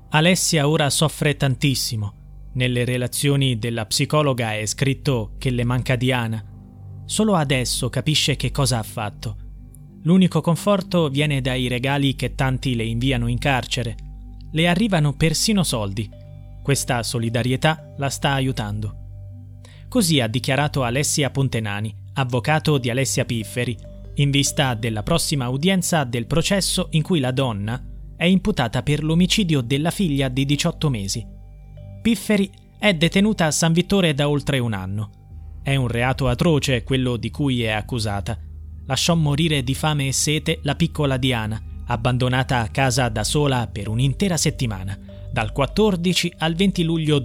Alessia ora soffre tantissimo. Nelle relazioni della psicologa è scritto che le manca Diana. Solo adesso capisce che cosa ha fatto. L'unico conforto viene dai regali che tanti le inviano in carcere. Le arrivano persino soldi. Questa solidarietà la sta aiutando. Così ha dichiarato Alessia Pontenani, avvocato di Alessia Pifferi, in vista della prossima udienza del processo in cui la donna è imputata per l'omicidio della figlia di 18 mesi. Pifferi è detenuta a San Vittore da oltre un anno. È un reato atroce quello di cui è accusata. Lasciò morire di fame e sete la piccola Diana, abbandonata a casa da sola per un'intera settimana, dal 14 al 20 luglio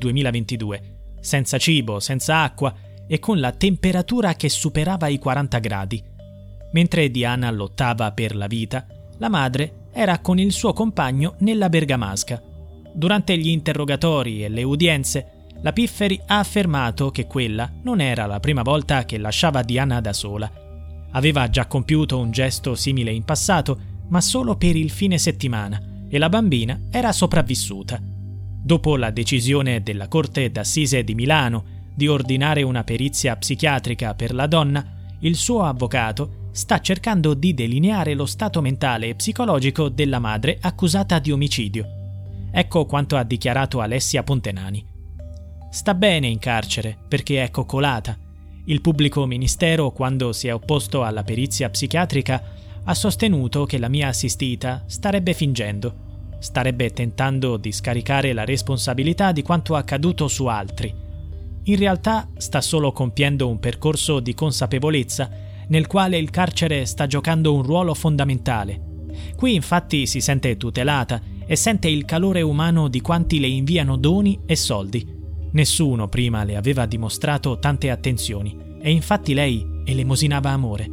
2022, senza cibo, senza acqua e con la temperatura che superava i 40 gradi. Mentre Diana lottava per la vita, la madre era con il suo compagno nella Bergamasca. Durante gli interrogatori e le udienze, la Pifferi ha affermato che quella non era la prima volta che lasciava Diana da sola. Aveva già compiuto un gesto simile in passato, ma solo per il fine settimana, e la bambina era sopravvissuta. Dopo la decisione della Corte d'Assise di Milano di ordinare una perizia psichiatrica per la donna, il suo avvocato sta cercando di delineare lo stato mentale e psicologico della madre accusata di omicidio. Ecco quanto ha dichiarato Alessia Pontenani. Sta bene in carcere perché è coccolata. Il pubblico ministero, quando si è opposto alla perizia psichiatrica, ha sostenuto che la mia assistita starebbe fingendo, starebbe tentando di scaricare la responsabilità di quanto accaduto su altri. In realtà sta solo compiendo un percorso di consapevolezza nel quale il carcere sta giocando un ruolo fondamentale. Qui infatti si sente tutelata e sente il calore umano di quanti le inviano doni e soldi. Nessuno prima le aveva dimostrato tante attenzioni e infatti lei elemosinava amore.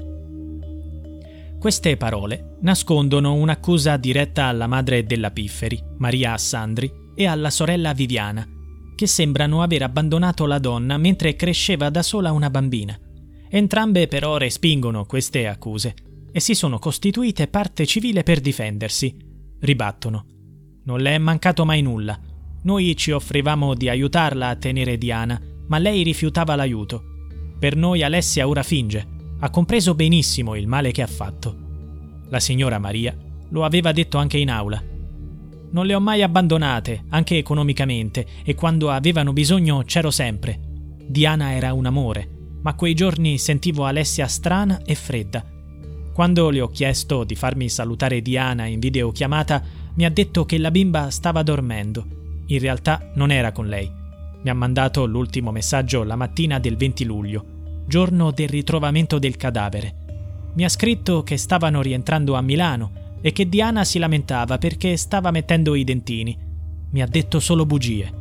Queste parole nascondono un'accusa diretta alla madre della Pifferi, Maria Assandri, e alla sorella Viviana, che sembrano aver abbandonato la donna mentre cresceva da sola una bambina. Entrambe però respingono queste accuse e si sono costituite parte civile per difendersi. Ribattono: non le è mancato mai nulla. Noi ci offrivamo di aiutarla a tenere Diana, ma lei rifiutava l'aiuto. Per noi Alessia ora finge. Ha compreso benissimo il male che ha fatto. La signora Maria lo aveva detto anche in aula. Non le ho mai abbandonate, anche economicamente, e quando avevano bisogno c'ero sempre. Diana era un amore, ma quei giorni sentivo Alessia strana e fredda. Quando le ho chiesto di farmi salutare Diana in videochiamata, mi ha detto che la bimba stava dormendo. In realtà non era con lei. Mi ha mandato l'ultimo messaggio la mattina del 20 luglio, giorno del ritrovamento del cadavere. Mi ha scritto che stavano rientrando a Milano e che Diana si lamentava perché stava mettendo i dentini. Mi ha detto solo bugie.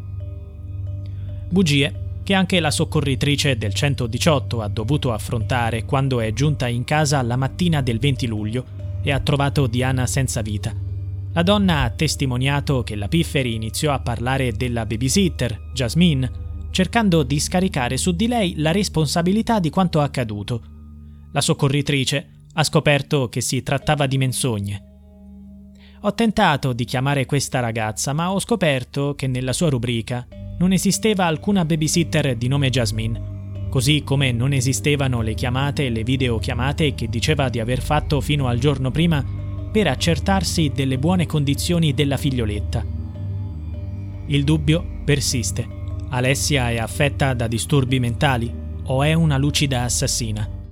Bugie che anche la soccorritrice del 118 ha dovuto affrontare quando è giunta in casa la mattina del 20 luglio e ha trovato Diana senza vita. La donna ha testimoniato che la Pifferi iniziò a parlare della babysitter, Jasmine, cercando di scaricare su di lei la responsabilità di quanto accaduto. La soccorritrice ha scoperto che si trattava di menzogne. Ho tentato di chiamare questa ragazza, ma ho scoperto che nella sua rubrica non esisteva alcuna babysitter di nome Jasmine, così come non esistevano le chiamate e le videochiamate che diceva di aver fatto fino al giorno prima per accertarsi delle buone condizioni della figlioletta. Il dubbio persiste. Alessia è affetta da disturbi mentali o è una lucida assassina?